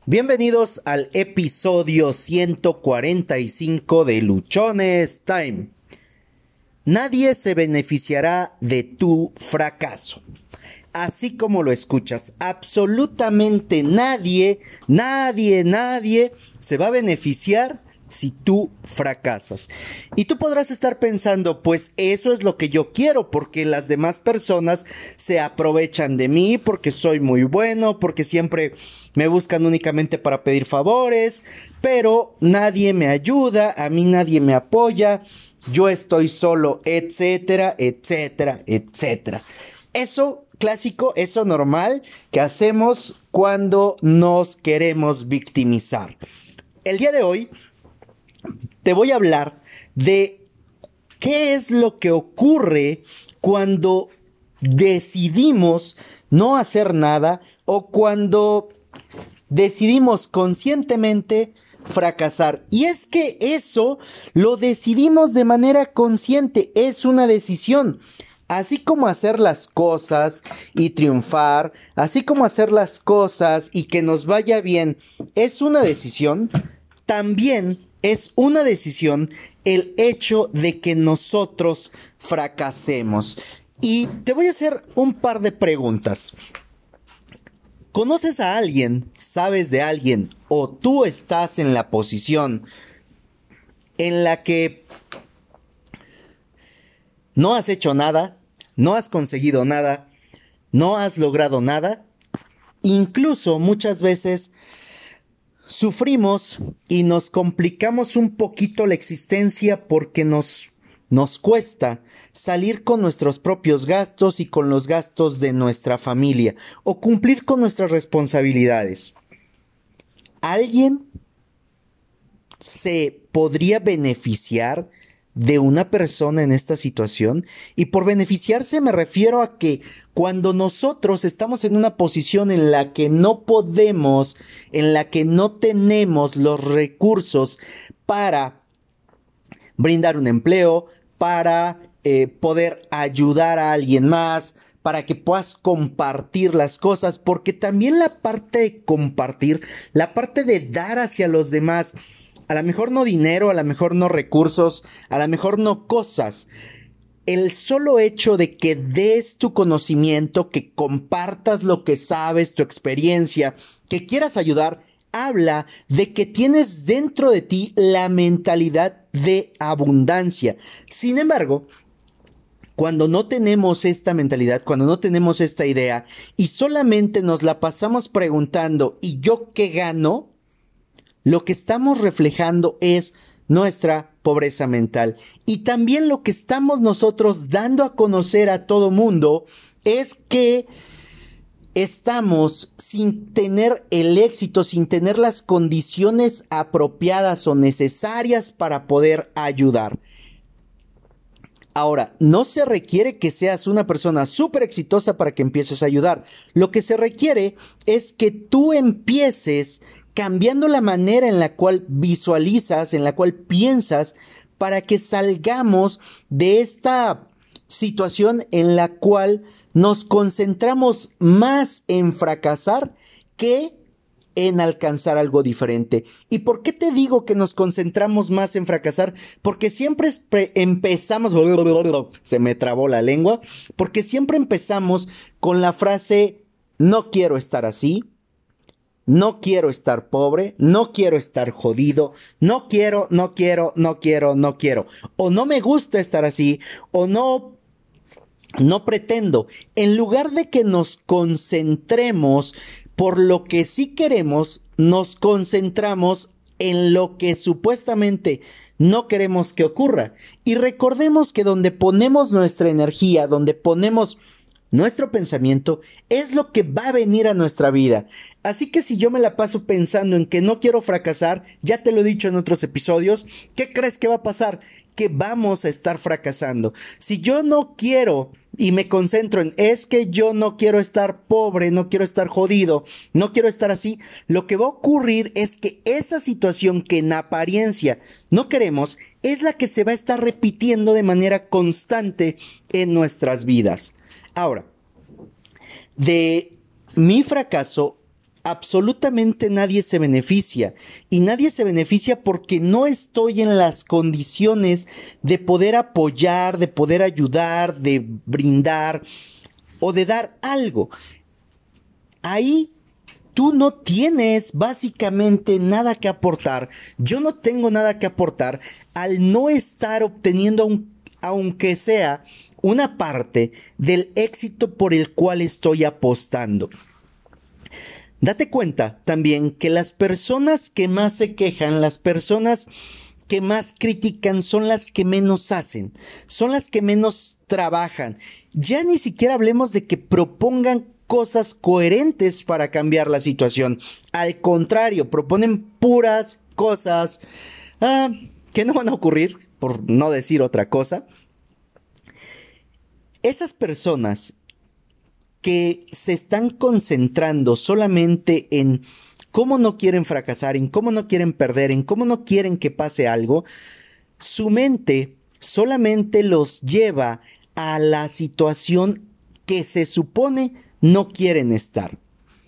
Bienvenidos al episodio 145 de Luchones Time. Nadie se beneficiará de tu fracaso. Así como lo escuchas, absolutamente nadie se va a beneficiar si tú fracasas. Y tú podrás estar pensando, pues eso es lo que yo quiero, porque las demás personas se aprovechan de mí, porque soy muy bueno, porque siempre me buscan únicamente para pedir favores, pero nadie me ayuda, a mí nadie me apoya, yo estoy solo, etcétera, etcétera, etcétera. Eso clásico, eso normal que hacemos cuando nos queremos victimizar. El día de hoy te voy a hablar de qué es lo que ocurre cuando decidimos no hacer nada o cuando decidimos conscientemente fracasar. Y es que eso lo decidimos de manera consciente, es una decisión. Así como hacer las cosas y triunfar, así como hacer las cosas y que nos vaya bien, es una decisión, también es una decisión el hecho de que nosotros fracasemos. Y te voy a hacer un par de preguntas. ¿Conoces a alguien, sabes de alguien o tú estás en la posición en la que no has hecho nada, no has conseguido nada, no has logrado nada? Incluso muchas veces sufrimos y nos complicamos un poquito la existencia porque nos cuesta salir con nuestros propios gastos y con los gastos de nuestra familia o cumplir con nuestras responsabilidades. ¿Alguien se podría beneficiar de una persona en esta situación? Y por beneficiarse me refiero a que cuando nosotros estamos en una posición en la que no podemos, en la que no tenemos los recursos para brindar un empleo, para poder ayudar a alguien más, para que puedas compartir las cosas, porque también la parte de compartir, la parte de dar hacia los demás, a lo mejor no dinero, a lo mejor no recursos, a lo mejor no cosas. El solo hecho de que des tu conocimiento, que compartas lo que sabes, tu experiencia, que quieras ayudar, habla de que tienes dentro de ti la mentalidad de abundancia. Sin embargo, cuando no tenemos esta mentalidad, cuando no tenemos esta idea y solamente nos la pasamos preguntando ¿y yo qué gano?, lo que estamos reflejando es nuestra pobreza mental. Y también lo que estamos nosotros dando a conocer a todo mundo es que estamos sin tener el éxito, sin tener las condiciones apropiadas o necesarias para poder ayudar. Ahora, no se requiere que seas una persona súper exitosa para que empieces a ayudar. Lo que se requiere es que tú empieces cambiando la manera en la cual visualizas, en la cual piensas, para que salgamos de esta situación en la cual nos concentramos más en fracasar que en alcanzar algo diferente. ¿Y por qué te digo que nos concentramos más en fracasar? Porque siempre empezamos, se me trabó la lengua, porque siempre empezamos con la frase, no quiero estar así, no quiero estar pobre, no quiero estar jodido, no quiero, o no me gusta estar así, o no pretendo. En lugar de que nos concentremos por lo que sí queremos, nos concentramos en lo que supuestamente no queremos que ocurra. Y recordemos que donde ponemos nuestra energía, donde ponemos nuestro pensamiento, es lo que va a venir a nuestra vida. Así que si yo me la paso pensando en que no quiero fracasar, ya te lo he dicho en otros episodios, ¿qué crees que va a pasar? Que vamos a estar fracasando. Si yo no quiero y me concentro en es que yo no quiero estar pobre, no quiero estar jodido, no quiero estar así, lo que va a ocurrir es que esa situación que en apariencia no queremos es la que se va a estar repitiendo de manera constante en nuestras vidas. Ahora, de mi fracaso absolutamente nadie se beneficia. Y nadie se beneficia porque no estoy en las condiciones de poder apoyar, de poder ayudar, de brindar o de dar algo. Ahí tú no tienes básicamente nada que aportar. Yo no tengo nada que aportar al no estar obteniendo aunque sea una parte del éxito por el cual estoy apostando. Date cuenta también que las personas que más se quejan, las personas que más critican son las que menos hacen, son las que menos trabajan. Ya ni siquiera hablemos de que propongan cosas coherentes para cambiar la situación. Al contrario, proponen puras cosas que no van a ocurrir, por no decir otra cosa. Esas personas que se están concentrando solamente en cómo no quieren fracasar, en cómo no quieren perder, en cómo no quieren que pase algo, su mente solamente los lleva a la situación que se supone no quieren estar.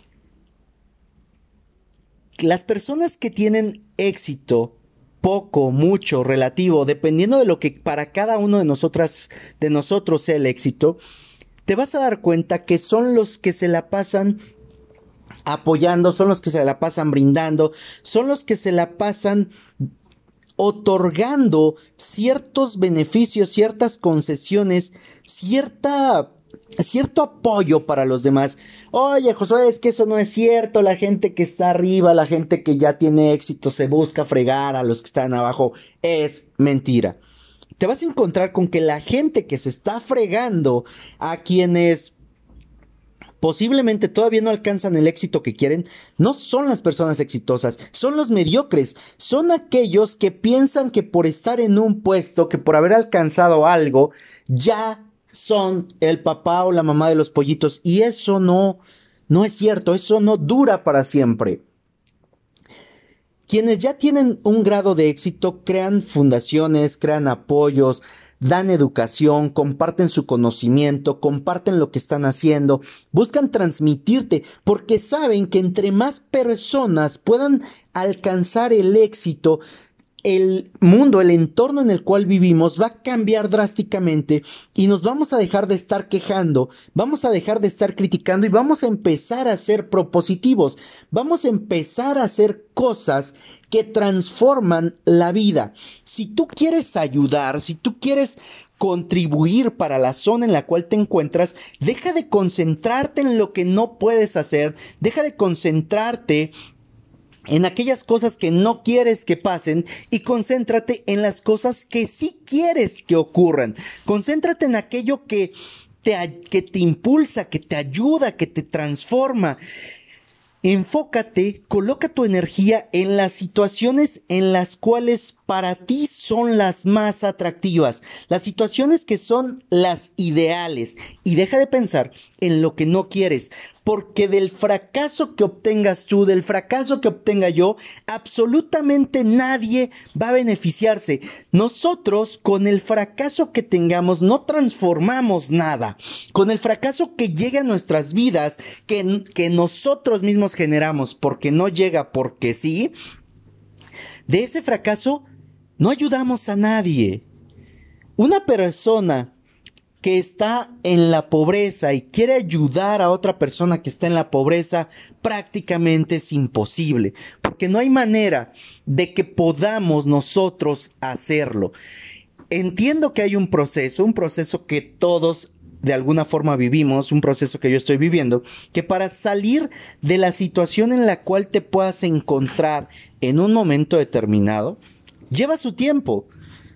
Las personas que tienen éxito, poco, mucho, relativo, dependiendo de lo que para cada uno de nosotros sea el éxito, te vas a dar cuenta que son los que se la pasan apoyando, son los que se la pasan brindando, son los que se la pasan otorgando ciertos beneficios, ciertas concesiones, cierto apoyo para los demás. Oye, Josué, es que eso no es cierto. La gente que está arriba, la gente que ya tiene éxito, se busca fregar a los que están abajo. Es mentira. Te vas a encontrar con que la gente que se está fregando a quienes posiblemente todavía no alcanzan el éxito que quieren, no son las personas exitosas, son los mediocres, son aquellos que piensan que por estar en un puesto, que por haber alcanzado algo, ya son el papá o la mamá de los pollitos, y eso no es cierto, eso no dura para siempre. Quienes ya tienen un grado de éxito crean fundaciones, crean apoyos, dan educación, comparten su conocimiento, comparten lo que están haciendo, buscan transmitirte porque saben que entre más personas puedan alcanzar el éxito, el mundo, el entorno en el cual vivimos va a cambiar drásticamente y nos vamos a dejar de estar quejando, vamos a dejar de estar criticando y vamos a empezar a ser propositivos, vamos a empezar a hacer cosas que transforman la vida. Si tú quieres ayudar, si tú quieres contribuir para la zona en la cual te encuentras, deja de concentrarte en lo que no puedes hacer, deja de concentrarte en aquellas cosas que no quieres que pasen y concéntrate en las cosas que sí quieres que ocurran. Concéntrate en aquello que te impulsa, que te ayuda, que te transforma. Enfócate, coloca tu energía en las situaciones en las cuales para ti son las más atractivas, las situaciones que son las ideales, y deja de pensar en lo que no quieres, porque del fracaso que obtengas tú, del fracaso que obtenga yo, absolutamente nadie va a beneficiarse. Nosotros con el fracaso que tengamos no transformamos nada. Con el fracaso que llega a nuestras vidas, que nosotros mismos generamos porque no llega porque sí, de ese fracaso no ayudamos a nadie. Una persona que está en la pobreza y quiere ayudar a otra persona que está en la pobreza, prácticamente es imposible, porque no hay manera de que podamos nosotros hacerlo. Entiendo que hay un proceso que todos de alguna forma vivimos, un proceso que yo estoy viviendo, que para salir de la situación en la cual te puedas encontrar en un momento determinado, lleva su tiempo.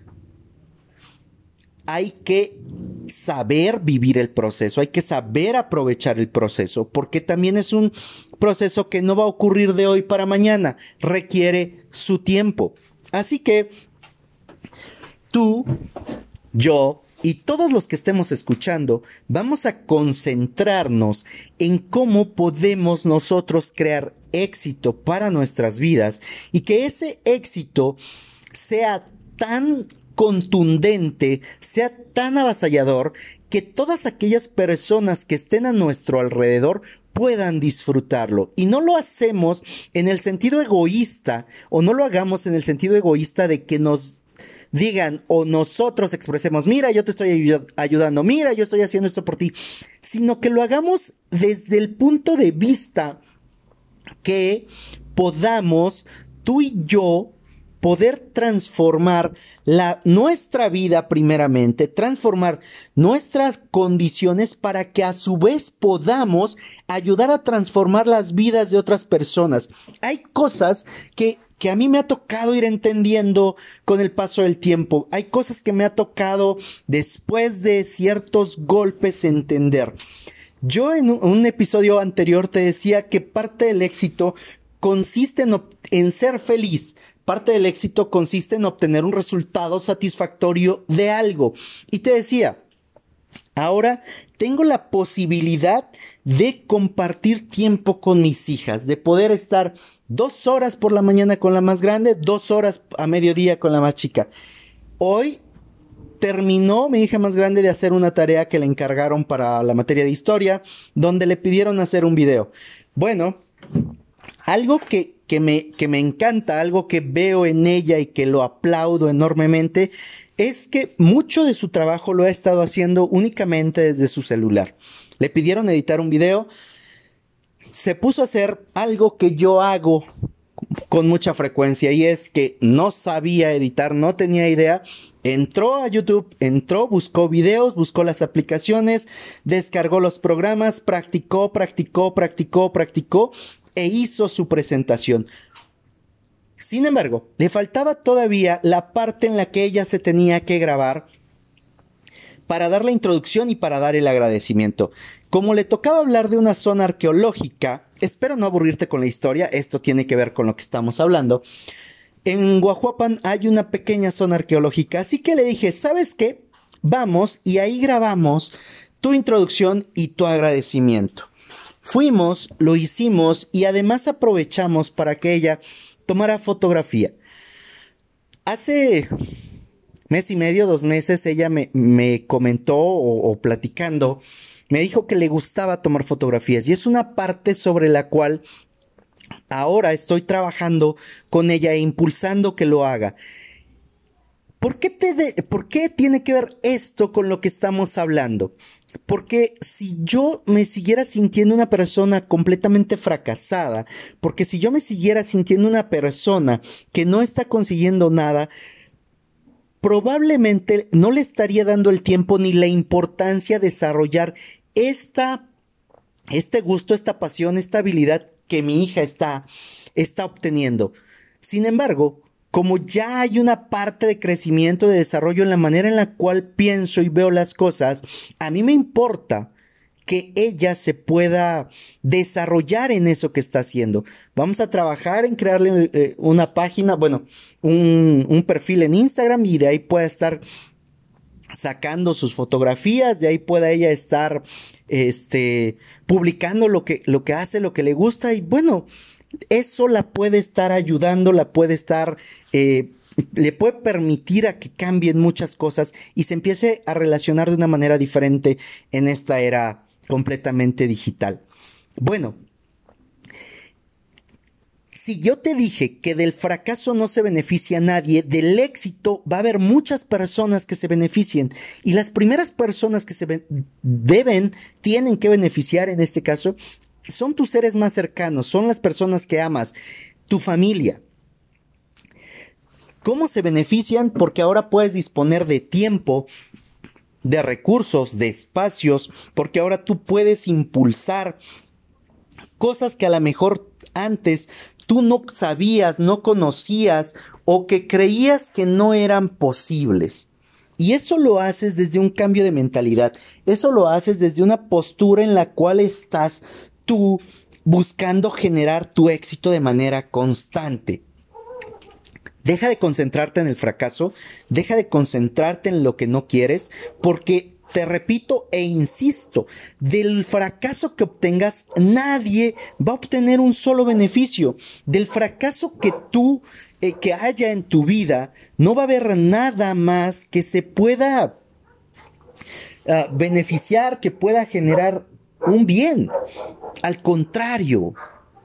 Hay que saber vivir el proceso, hay que saber aprovechar el proceso, porque también es un proceso que no va a ocurrir de hoy para mañana, requiere su tiempo. Así que tú, yo y todos los que estemos escuchando, vamos a concentrarnos en cómo podemos nosotros crear éxito para nuestras vidas y que ese éxito sea tan contundente, sea tan avasallador, que todas aquellas personas que estén a nuestro alrededor puedan disfrutarlo. Y no lo hacemos en el sentido egoísta, o no lo hagamos en el sentido egoísta de que nos digan o nosotros expresemos, mira, yo te estoy ayudando, mira, yo estoy haciendo esto por ti, sino que lo hagamos desde el punto de vista que podamos, tú y yo, poder transformar nuestra vida primeramente, transformar nuestras condiciones para que a su vez podamos ayudar a transformar las vidas de otras personas. Hay cosas que a mí me ha tocado ir entendiendo con el paso del tiempo. Hay cosas que me ha tocado después de ciertos golpes entender. Yo en un episodio anterior te decía que parte del éxito consiste en ser feliz. Parte del éxito consiste en obtener un resultado satisfactorio de algo. Y te decía, ahora tengo la posibilidad de compartir tiempo con mis hijas, de poder estar 2 horas por la mañana con la más grande, 2 horas a mediodía con la más chica. Hoy terminó mi hija más grande de hacer una tarea que le encargaron para la materia de historia, donde le pidieron hacer un video. Bueno, algo que me encanta, algo que veo en ella y que lo aplaudo enormemente, es que mucho de su trabajo lo ha estado haciendo únicamente desde su celular. Le pidieron editar un video, se puso a hacer algo que yo hago con mucha frecuencia, y es que no sabía editar, no tenía idea. Entró a YouTube, buscó videos, buscó las aplicaciones, descargó los programas, practicó e hizo su presentación. Sin embargo, le faltaba todavía la parte en la que ella se tenía que grabar para dar la introducción y para dar el agradecimiento. Como le tocaba hablar de una zona arqueológica, espero no aburrirte con la historia, esto tiene que ver con lo que estamos hablando. En Guajuapan hay una pequeña zona arqueológica, así que le dije, ¿sabes qué? Vamos y ahí grabamos tu introducción y tu agradecimiento. Fuimos, lo hicimos y además aprovechamos para que ella tomara fotografía. Hace mes y medio, 2 meses, ella me comentó o platicando, me dijo que le gustaba tomar fotografías, y es una parte sobre la cual ahora estoy trabajando con ella e impulsando que lo haga. ¿Por qué tiene que ver esto con lo que estamos hablando? Porque si yo me siguiera sintiendo una persona completamente fracasada, porque si yo me siguiera sintiendo una persona que no está consiguiendo nada, probablemente no le estaría dando el tiempo ni la importancia de desarrollar este gusto, esta pasión, esta habilidad que mi hija está obteniendo. Sin embargo, como ya hay una parte de crecimiento, de desarrollo en la manera en la cual pienso y veo las cosas, a mí me importa que ella se pueda desarrollar en eso que está haciendo. Vamos a trabajar en crearle una página, bueno, un perfil en Instagram, y de ahí pueda estar sacando sus fotografías, de ahí pueda ella estar publicando lo que hace, lo que le gusta, y bueno, eso la puede estar ayudando, la puede estar, le puede permitir a que cambien muchas cosas y se empiece a relacionar de una manera diferente en esta era completamente digital. Bueno, si yo te dije que del fracaso no se beneficia a nadie, del éxito va a haber muchas personas que se beneficien, y las primeras personas que tienen que beneficiar en este caso son tus seres más cercanos, son las personas que amas, tu familia. ¿Cómo se benefician? Porque ahora puedes disponer de tiempo, de recursos, de espacios, porque ahora tú puedes impulsar cosas que a lo mejor antes tú no sabías, no conocías, o que creías que no eran posibles. Y eso lo haces desde un cambio de mentalidad, eso lo haces desde una postura en la cual estás tú buscando generar tu éxito de manera constante. Deja de concentrarte en el fracaso, deja de concentrarte en lo que no quieres, porque te repito e insisto, del fracaso que obtengas, nadie va a obtener un solo beneficio. Del fracaso que haya en tu vida, no va a haber nada más que se pueda beneficiar, que pueda generar un bien. Al contrario.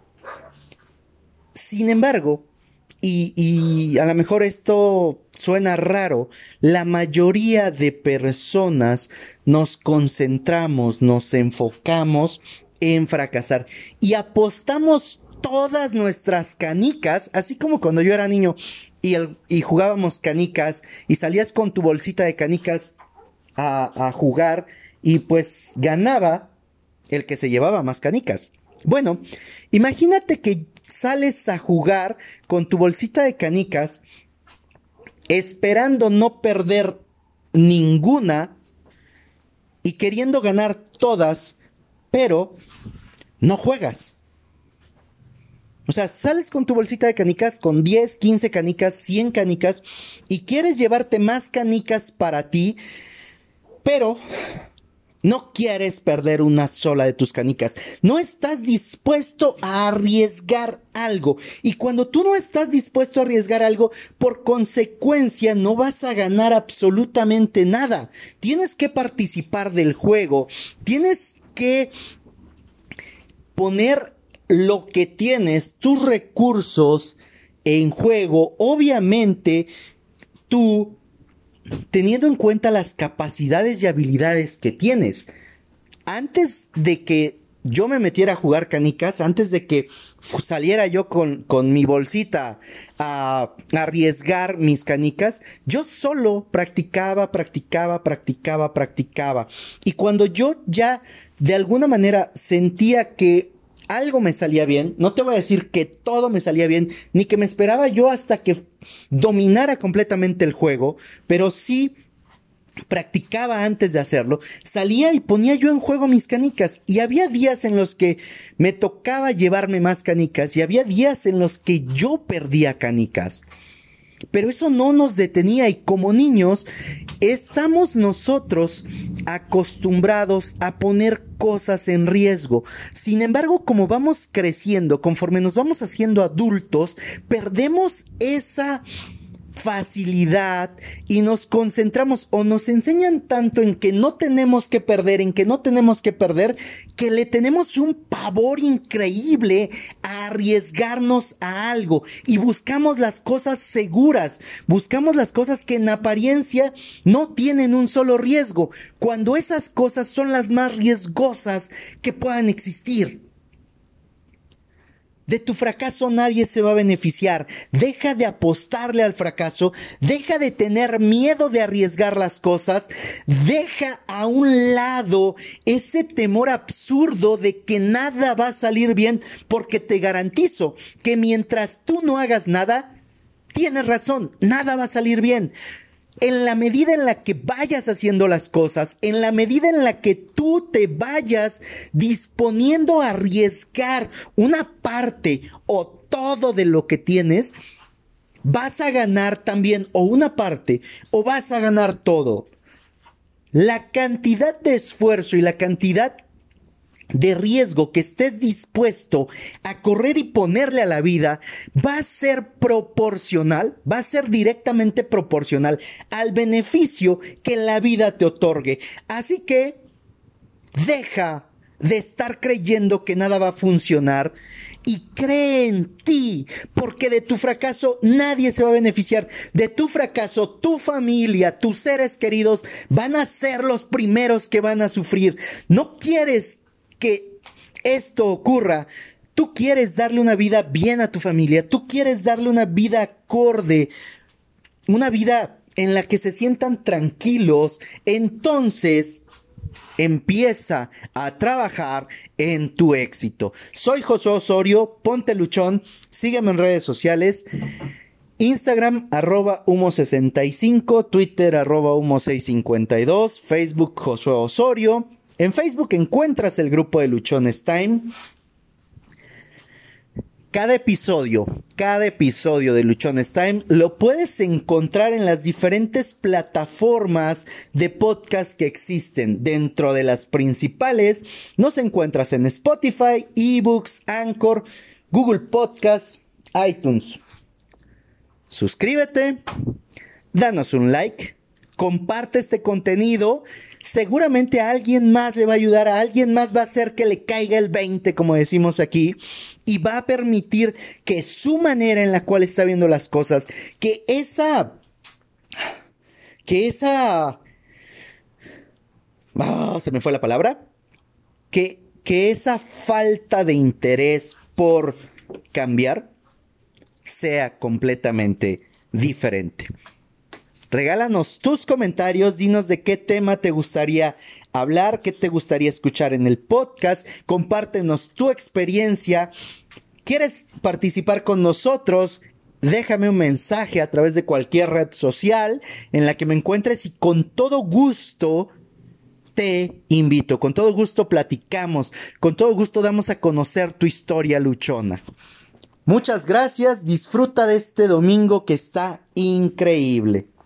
Sin embargo, y a lo mejor esto suena raro, la mayoría de personas nos concentramos, nos enfocamos en fracasar y apostamos todas nuestras canicas, así como cuando yo era niño y jugábamos canicas y salías con tu bolsita de canicas a jugar y pues ganaba el que se llevaba más canicas. Bueno, imagínate que sales a jugar con tu bolsita de canicas esperando no perder ninguna y queriendo ganar todas, pero no juegas. O sea, sales con tu bolsita de canicas con 10, 15 canicas, 100 canicas y quieres llevarte más canicas para ti, pero no quieres perder una sola de tus canicas. No estás dispuesto a arriesgar algo. Y cuando tú no estás dispuesto a arriesgar algo, por consecuencia no vas a ganar absolutamente nada. Tienes que participar del juego. Tienes que poner lo que tienes, tus recursos en juego. Obviamente, tú teniendo en cuenta las capacidades y habilidades que tienes. Antes de que yo me metiera a jugar canicas, antes de que saliera yo con mi bolsita a arriesgar mis canicas, yo solo practicaba. Y cuando yo ya de alguna manera sentía que algo me salía bien, no te voy a decir que todo me salía bien, ni que me esperaba yo hasta que dominara completamente el juego, pero sí practicaba antes de hacerlo, salía y ponía yo en juego mis canicas y había días en los que me tocaba llevarme más canicas y había días en los que yo perdía canicas. Pero eso no nos detenía y como niños estamos nosotros acostumbrados a poner cosas en riesgo. Sin embargo, como vamos creciendo, conforme nos vamos haciendo adultos, perdemos esa facilidad y nos concentramos o nos enseñan tanto en que no tenemos que perder, que le tenemos un pavor increíble a arriesgarnos a algo y buscamos las cosas seguras, buscamos las cosas que en apariencia no tienen un solo riesgo, cuando esas cosas son las más riesgosas que puedan existir. De tu fracaso nadie se va a beneficiar. Deja de apostarle al fracaso. Deja de tener miedo de arriesgar las cosas. Deja a un lado ese temor absurdo de que nada va a salir bien, porque te garantizo que mientras tú no hagas nada, tienes razón, nada va a salir bien. En la medida en la que vayas haciendo las cosas, en la medida en la que tú te vayas disponiendo a arriesgar una parte o todo de lo que tienes, vas a ganar también o una parte o vas a ganar todo. La cantidad de esfuerzo y la cantidad de riesgo que estés dispuesto a correr y ponerle a la vida va a ser proporcional, va a ser directamente proporcional al beneficio que la vida te otorgue. Así que deja de estar creyendo que nada va a funcionar y cree en ti, porque de tu fracaso nadie se va a beneficiar. De tu fracaso, tu familia, tus seres queridos van a ser los primeros que van a sufrir. No quieres que esto ocurra. Tú quieres darle una vida bien a tu familia, tú quieres darle una vida acorde, una vida en la que se sientan tranquilos. Entonces empieza a trabajar en tu éxito. Soy Josué Osorio, ponte luchón, sígueme en redes sociales, Instagram @humo65, Twitter @humo652, Facebook Josué Osorio. En Facebook encuentras el grupo de Luchones Time. Cada episodio de Luchones Time lo puedes encontrar en las diferentes plataformas de podcast que existen. Dentro de las principales nos encuentras en Spotify, eBooks, Anchor, Google Podcasts, iTunes. Suscríbete, danos un like, comparte este contenido. Seguramente a alguien más le va a ayudar, a alguien más va a hacer que le caiga el 20, como decimos aquí, y va a permitir que su manera en la cual está viendo las cosas, que esa, se me fue la palabra, que esa falta de interés por cambiar sea completamente diferente. Regálanos tus comentarios, dinos de qué tema te gustaría hablar, qué te gustaría escuchar en el podcast, compártenos tu experiencia. ¿Quieres participar con nosotros? Déjame un mensaje a través de cualquier red social en la que me encuentres y con todo gusto te invito, con todo gusto platicamos, con todo gusto damos a conocer tu historia luchona. Muchas gracias, disfruta de este domingo que está increíble.